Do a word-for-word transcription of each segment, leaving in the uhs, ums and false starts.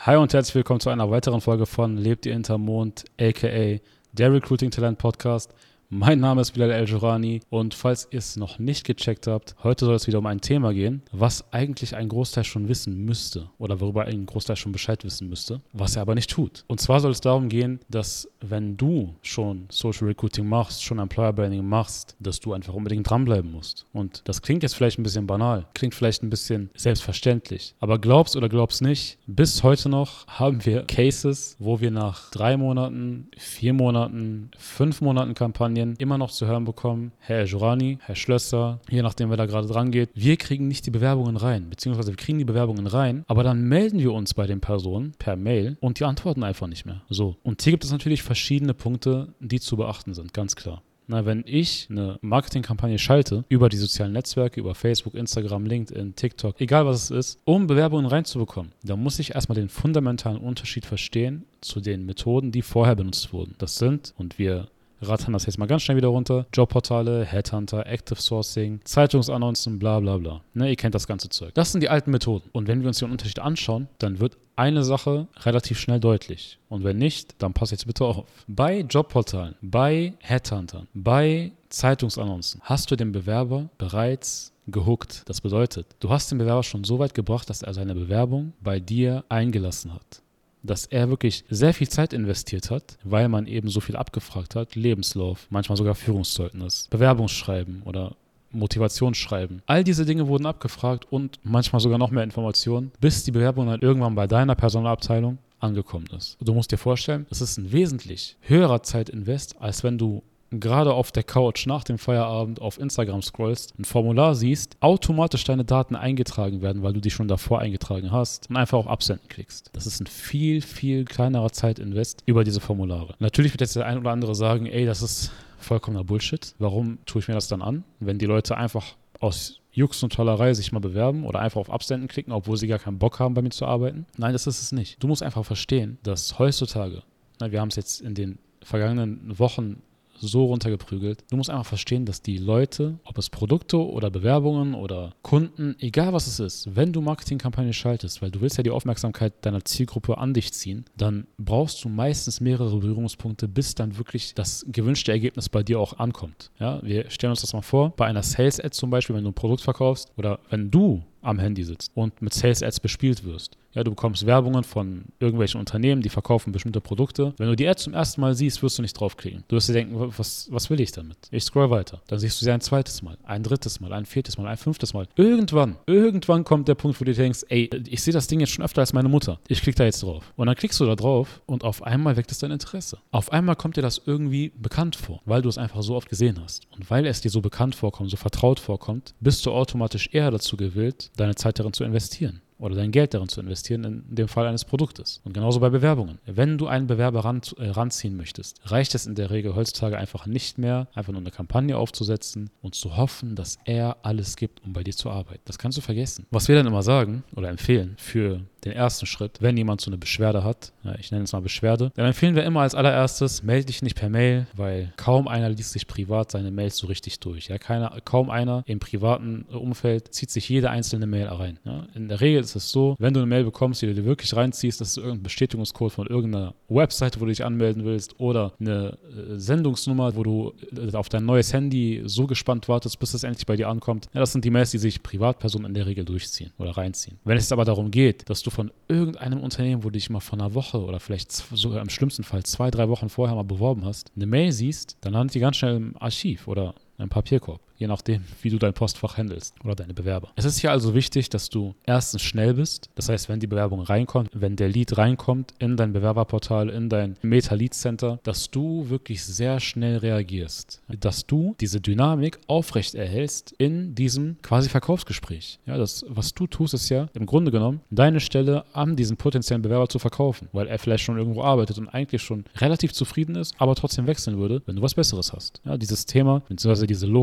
Hi und herzlich willkommen zu einer weiteren Folge von Lebt ihr hinterm Mond, aka der Recruiting Talent Podcast. Mein Name ist Bilal El-Jourani und falls ihr es noch nicht gecheckt habt, heute soll es wieder um ein Thema gehen, was eigentlich ein Großteil schon wissen müsste oder worüber ein Großteil schon Bescheid wissen müsste, was er aber nicht tut. Und zwar soll es darum gehen, dass wenn du schon Social Recruiting machst, schon Employer Branding machst, dass du einfach unbedingt dranbleiben musst. Und das klingt jetzt vielleicht ein bisschen banal, klingt vielleicht ein bisschen selbstverständlich, aber glaubst oder glaubst nicht, bis heute noch haben wir Cases, wo wir nach drei Monaten, vier Monaten, fünf Monaten Kampagnen immer noch zu hören bekommen, Herr El-Jourani, Herr Schlösser, je nachdem, wer da gerade dran geht, wir kriegen nicht die Bewerbungen rein, beziehungsweise wir kriegen die Bewerbungen rein, aber dann melden wir uns bei den Personen per Mail und die antworten einfach nicht mehr. So. Und hier gibt es natürlich verschiedene Punkte, die zu beachten sind, ganz klar. Na, wenn ich eine Marketingkampagne schalte, über die sozialen Netzwerke, über Facebook, Instagram, LinkedIn, TikTok, egal was es ist, um Bewerbungen reinzubekommen, dann muss ich erstmal den fundamentalen Unterschied verstehen zu den Methoden, die vorher benutzt wurden. Das sind, und wir rattern das jetzt mal ganz schnell wieder runter, Jobportale, Headhunter, Active Sourcing, Zeitungsannoncen, bla bla bla. Ne, ihr kennt das ganze Zeug. Das sind die alten Methoden. Und wenn wir uns den Unterschied anschauen, dann wird eine Sache relativ schnell deutlich. Und wenn nicht, dann passt jetzt bitte auf. Bei Jobportalen, bei Headhuntern, bei Zeitungsannoncen hast du den Bewerber bereits gehookt. Das bedeutet, du hast den Bewerber schon so weit gebracht, dass er seine Bewerbung bei dir eingelassen hat. Dass er wirklich sehr viel Zeit investiert hat, weil man eben so viel abgefragt hat, Lebenslauf, manchmal sogar Führungszeugnis, Bewerbungsschreiben oder Motivationsschreiben. All diese Dinge wurden abgefragt und manchmal sogar noch mehr Informationen, bis die Bewerbung dann irgendwann bei deiner Personalabteilung angekommen ist. Du musst dir vorstellen, es ist ein wesentlich höherer Zeitinvest, als wenn du gerade auf der Couch nach dem Feierabend auf Instagram scrollst, ein Formular siehst, automatisch deine Daten eingetragen werden, weil du die schon davor eingetragen hast und einfach auf Absenden klickst. Das ist ein viel, viel kleinerer Zeitinvest über diese Formulare. Natürlich wird jetzt der ein oder andere sagen, ey, das ist vollkommener Bullshit. Warum tue ich mir das dann an, wenn die Leute einfach aus Jux und Tollerei sich mal bewerben oder einfach auf Absenden klicken, obwohl sie gar keinen Bock haben, bei mir zu arbeiten? Nein, das ist es nicht. Du musst einfach verstehen, dass heutzutage, na, wir haben es jetzt in den vergangenen Wochen so runtergeprügelt. Du musst einfach verstehen, dass die Leute, ob es Produkte oder Bewerbungen oder Kunden, egal was es ist, wenn du Marketingkampagnen schaltest, weil du willst ja die Aufmerksamkeit deiner Zielgruppe an dich ziehen, dann brauchst du meistens mehrere Berührungspunkte, bis dann wirklich das gewünschte Ergebnis bei dir auch ankommt. Ja, wir stellen uns das mal vor, bei einer Sales-Ad zum Beispiel, wenn du ein Produkt verkaufst oder wenn du am Handy sitzt und mit Sales-Ads bespielt wirst. Ja, du bekommst Werbungen von irgendwelchen Unternehmen, die verkaufen bestimmte Produkte. Wenn du die Ad zum ersten Mal siehst, wirst du nicht draufklicken. Du wirst dir denken, was, was will ich damit? Ich scroll weiter. Dann siehst du sie ein zweites Mal, ein drittes Mal, ein viertes Mal, ein fünftes Mal. Irgendwann, irgendwann kommt der Punkt, wo du denkst, ey, ich sehe das Ding jetzt schon öfter als meine Mutter. Ich klicke da jetzt drauf. Und dann klickst du da drauf und auf einmal weckt es dein Interesse. Auf einmal kommt dir das irgendwie bekannt vor, weil du es einfach so oft gesehen hast. Und weil es dir so bekannt vorkommt, so vertraut vorkommt, bist du automatisch eher dazu gewillt, deine Zeit darin zu investieren oder dein Geld darin zu investieren, in dem Fall eines Produktes. Und genauso bei Bewerbungen. Wenn du einen Bewerber ran, äh, ranziehen möchtest, reicht es in der Regel heutzutage einfach nicht mehr, einfach nur eine Kampagne aufzusetzen und zu hoffen, dass er alles gibt, um bei dir zu arbeiten. Das kannst du vergessen. Was wir dann immer sagen oder empfehlen für den ersten Schritt, wenn jemand so eine Beschwerde hat, ja, ich nenne es mal Beschwerde, dann empfehlen wir immer als allererstes, melde dich nicht per Mail, weil kaum einer liest sich privat seine Mails so richtig durch. Ja, keiner, kaum einer im privaten Umfeld zieht sich jede einzelne Mail rein. Ja, in der Regel ist es so, wenn du eine Mail bekommst, die du dir wirklich reinziehst, das ist irgendein Bestätigungscode von irgendeiner Webseite, wo du dich anmelden willst oder eine äh, Sendungsnummer, wo du äh, auf dein neues Handy so gespannt wartest, bis es endlich bei dir ankommt. Ja, das sind die Mails, die sich Privatpersonen in der Regel durchziehen oder reinziehen. Wenn es aber darum geht, dass du von irgendeinem Unternehmen, wo du dich mal vor einer Woche oder vielleicht sogar im schlimmsten Fall zwei, drei Wochen vorher mal beworben hast, eine Mail siehst, dann landet die ganz schnell im Archiv oder im Papierkorb, je nachdem, wie du dein Postfach handelst oder deine Bewerber. Es ist hier also wichtig, dass du erstens schnell bist, das heißt, wenn die Bewerbung reinkommt, wenn der Lead reinkommt in dein Bewerberportal, in dein Meta-Lead-Center, dass du wirklich sehr schnell reagierst, dass du diese Dynamik aufrecht erhältst in diesem quasi Verkaufsgespräch. Ja, das, was du tust, ist ja im Grunde genommen, deine Stelle an diesen potenziellen Bewerber zu verkaufen, weil er vielleicht schon irgendwo arbeitet und eigentlich schon relativ zufrieden ist, aber trotzdem wechseln würde, wenn du was Besseres hast. Ja, dieses Thema, beziehungsweise diese Logik haben wir jetzt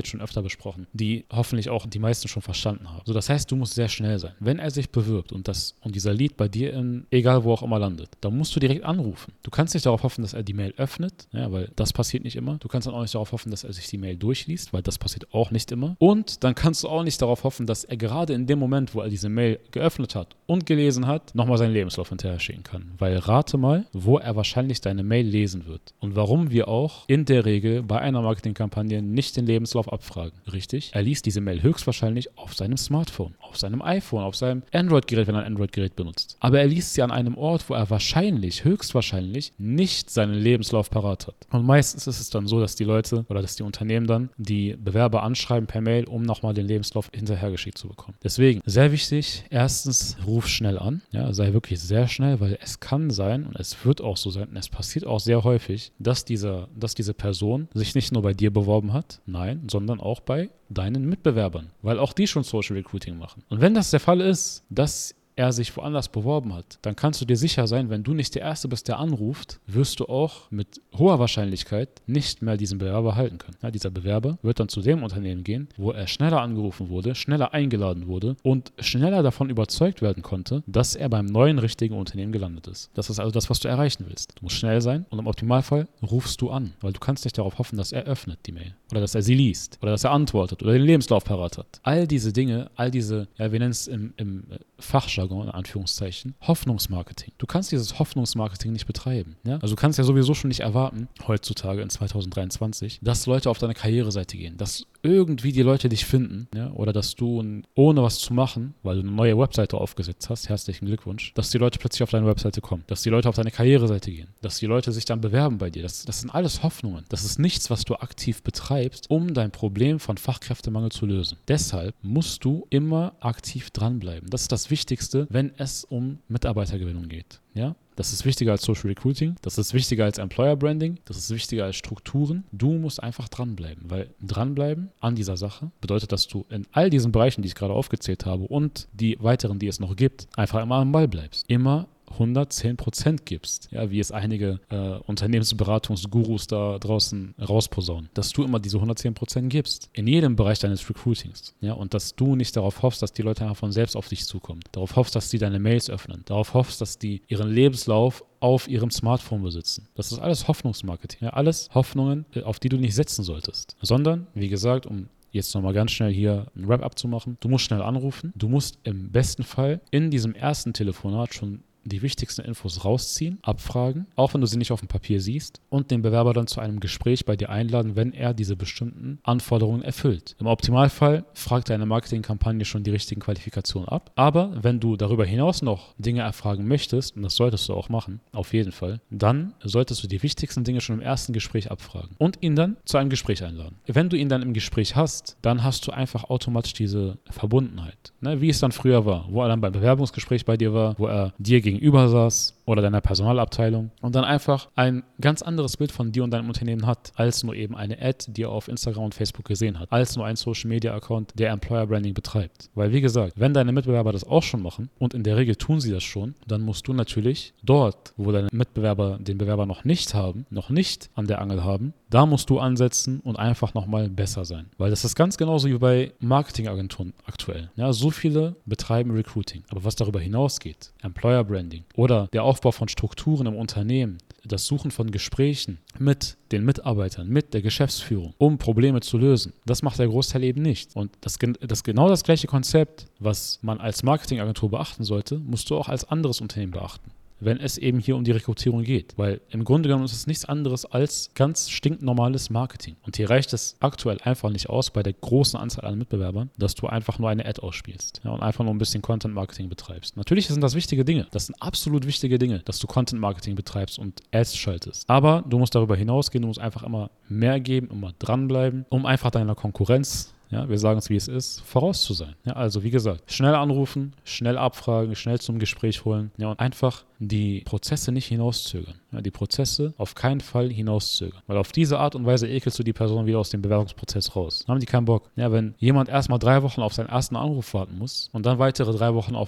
jetzt schon öfter besprochen, die hoffentlich auch die meisten schon verstanden haben. So, das heißt, du musst sehr schnell sein. Wenn er sich bewirbt und, das, und dieser Lead bei dir in, egal wo auch immer landet, dann musst du direkt anrufen. Du kannst nicht darauf hoffen, dass er die Mail öffnet, ja, weil das passiert nicht immer. Du kannst dann auch nicht darauf hoffen, dass er sich die Mail durchliest, weil das passiert auch nicht immer. Und dann kannst du auch nicht darauf hoffen, dass er gerade in dem Moment, wo er diese Mail geöffnet hat und gelesen hat, nochmal seinen Lebenslauf hinterher schicken kann. Weil rate mal, wo er wahrscheinlich deine Mail lesen wird. Und warum wir auch in der Regel bei einer Marketingkampagne nicht den Lebenslauf abfragen. Richtig? Er liest diese Mail höchstwahrscheinlich auf seinem Smartphone, auf seinem iPhone, auf seinem Android-Gerät, wenn er ein Android-Gerät benutzt. Aber er liest sie an einem Ort, wo er wahrscheinlich, höchstwahrscheinlich nicht seinen Lebenslauf parat hat. Und meistens ist es dann so, dass die Leute oder dass die Unternehmen dann die Bewerber anschreiben per Mail, um nochmal den Lebenslauf hinterhergeschickt zu bekommen. Deswegen, sehr wichtig, erstens, ruf schnell an. Ja, sei wirklich sehr schnell, weil es kann sein und es wird auch so sein und es passiert auch sehr häufig, dass, dieser, dass diese Person sich nicht nur bei dir beworben hat, nein, sondern auch bei deinen Mitbewerbern, weil auch die schon Social Recruiting machen. Und wenn das der Fall ist, dass er sich woanders beworben hat, dann kannst du dir sicher sein, wenn du nicht der Erste bist, der anruft, wirst du auch mit hoher Wahrscheinlichkeit nicht mehr diesen Bewerber halten können. Ja, dieser Bewerber wird dann zu dem Unternehmen gehen, wo er schneller angerufen wurde, schneller eingeladen wurde und schneller davon überzeugt werden konnte, dass er beim neuen richtigen Unternehmen gelandet ist. Das ist also das, was du erreichen willst. Du musst schnell sein und im Optimalfall rufst du an, weil du kannst nicht darauf hoffen, dass er öffnet die Mail oder dass er sie liest oder dass er antwortet oder den Lebenslauf parat hat. All diese Dinge, all diese, ja, wir nennen es im, im Fachjargon, in Anführungszeichen, Hoffnungsmarketing. Du kannst dieses Hoffnungsmarketing nicht betreiben. Ja? Also du kannst ja sowieso schon nicht erwarten, heutzutage in zwanzig dreiundzwanzig, dass Leute auf deine Karriereseite gehen, dass irgendwie die Leute dich finden, ja? Oder dass du ohne was zu machen, weil du eine neue Webseite aufgesetzt hast, herzlichen Glückwunsch, dass die Leute plötzlich auf deine Webseite kommen, dass die Leute auf deine Karriereseite gehen, dass die Leute sich dann bewerben bei dir. Das, das sind alles Hoffnungen. Das ist nichts, was du aktiv betreibst, um dein Problem von Fachkräftemangel zu lösen. Deshalb musst du immer aktiv dranbleiben. Das ist das Wichtigste, wenn es um Mitarbeitergewinnung geht. Ja? Das ist wichtiger als Social Recruiting, das ist wichtiger als Employer Branding, das ist wichtiger als Strukturen. Du musst einfach dranbleiben, weil dranbleiben an dieser Sache bedeutet, dass du in all diesen Bereichen, die ich gerade aufgezählt habe und die weiteren, die es noch gibt, einfach immer am Ball bleibst. Immer hundertzehn Prozent gibst, ja, wie es einige äh, Unternehmensberatungsgurus da draußen rausposaunen, dass du immer diese hundertzehn Prozent gibst, in jedem Bereich deines Recruitings, ja, und dass du nicht darauf hoffst, dass die Leute einfach von selbst auf dich zukommen, darauf hoffst, dass die deine Mails öffnen, darauf hoffst, dass die ihren Lebenslauf auf ihrem Smartphone besitzen. Das ist alles Hoffnungsmarketing, ja, alles Hoffnungen, auf die du nicht setzen solltest, sondern, wie gesagt, um jetzt nochmal ganz schnell hier ein Wrap-up zu machen, du musst schnell anrufen, du musst im besten Fall in diesem ersten Telefonat schon die wichtigsten Infos rausziehen, abfragen, auch wenn du sie nicht auf dem Papier siehst, und den Bewerber dann zu einem Gespräch bei dir einladen, wenn er diese bestimmten Anforderungen erfüllt. Im Optimalfall fragt deine Marketingkampagne schon die richtigen Qualifikationen ab, aber wenn du darüber hinaus noch Dinge erfragen möchtest, und das solltest du auch machen, auf jeden Fall, dann solltest du die wichtigsten Dinge schon im ersten Gespräch abfragen und ihn dann zu einem Gespräch einladen. Wenn du ihn dann im Gespräch hast, dann hast du einfach automatisch diese Verbundenheit, ne? Wie es dann früher war, wo er dann beim Bewerbungsgespräch bei dir war, wo er dir gegenüber saß oder deiner Personalabteilung und dann einfach ein ganz anderes Bild von dir und deinem Unternehmen hat, als nur eben eine Ad, die er auf Instagram und Facebook gesehen hat, als nur ein Social-Media-Account, der Employer Branding betreibt. Weil wie gesagt, wenn deine Mitbewerber das auch schon machen und in der Regel tun sie das schon, dann musst du natürlich dort, wo deine Mitbewerber den Bewerber noch nicht haben, noch nicht an der Angel haben, da musst du ansetzen und einfach nochmal besser sein. Weil das ist ganz genauso wie bei Marketingagenturen aktuell. Ja, so viele betreiben Recruiting. Aber was darüber hinausgeht, Employer Branding oder der Aufbau von Strukturen im Unternehmen, das Suchen von Gesprächen mit den Mitarbeitern, mit der Geschäftsführung, um Probleme zu lösen, das macht der Großteil eben nicht. Und das, das genau das gleiche Konzept, was man als Marketingagentur beachten sollte, musst du auch als anderes Unternehmen beachten, wenn es eben hier um die Rekrutierung geht. Weil im Grunde genommen ist es nichts anderes als ganz stinknormales Marketing. Und hier reicht es aktuell einfach nicht aus, bei der großen Anzahl an Mitbewerbern, dass du einfach nur eine Ad ausspielst, ja, und einfach nur ein bisschen Content-Marketing betreibst. Natürlich sind das wichtige Dinge. Das sind absolut wichtige Dinge, dass du Content-Marketing betreibst und Ads schaltest. Aber du musst darüber hinausgehen, du musst einfach immer mehr geben, immer dranbleiben, um einfach deiner Konkurrenz, ja, wir sagen es, wie es ist, voraus zu sein. Ja, also wie gesagt, schnell anrufen, schnell abfragen, schnell zum Gespräch holen, ja, und einfach die Prozesse nicht hinauszögern. Ja, die Prozesse auf keinen Fall hinauszögern. Weil auf diese Art und Weise ekelst du die Person wieder aus dem Bewerbungsprozess raus. Dann haben die keinen Bock. Ja, wenn jemand erstmal drei Wochen auf seinen ersten Anruf warten muss und dann weitere drei Wochen auf seinen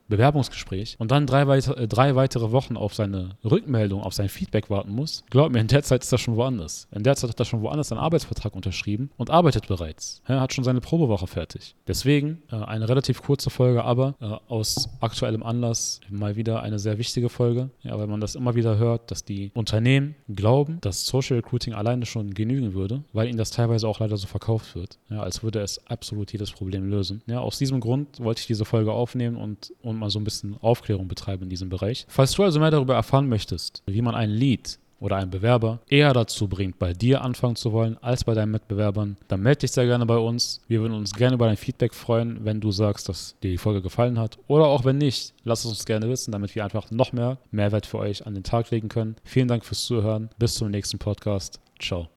Bewerbungsgespräch und dann drei, weiter, äh, drei weitere Wochen auf seine Rückmeldung, auf sein Feedback warten muss, glaub mir, in der Zeit ist er schon woanders. In der Zeit hat er schon woanders einen Arbeitsvertrag unterschrieben und arbeitet bereits. Er hat schon seine Probewoche fertig. Deswegen äh, eine relativ kurze Folge, aber äh, aus aktuellem Anlass mal wieder eine sehr wichtige Folge, ja, weil man das immer wieder hört, dass die Unternehmen glauben, dass Social Recruiting alleine schon genügen würde, weil ihnen das teilweise auch leider so verkauft wird, ja, als würde es absolut jedes Problem lösen. Ja, aus diesem Grund wollte ich diese Folge aufnehmen und, und mal so ein bisschen Aufklärung betreiben in diesem Bereich. Falls du also mehr darüber erfahren möchtest, wie man einen Lead oder einen Bewerber eher dazu bringt, bei dir anfangen zu wollen, als bei deinen Mitbewerbern, dann melde dich sehr gerne bei uns. Wir würden uns gerne über dein Feedback freuen, wenn du sagst, dass dir die Folge gefallen hat. Oder auch wenn nicht, lass es uns gerne wissen, damit wir einfach noch mehr Mehrwert für euch an den Tag legen können. Vielen Dank fürs Zuhören. Bis zum nächsten Podcast. Ciao.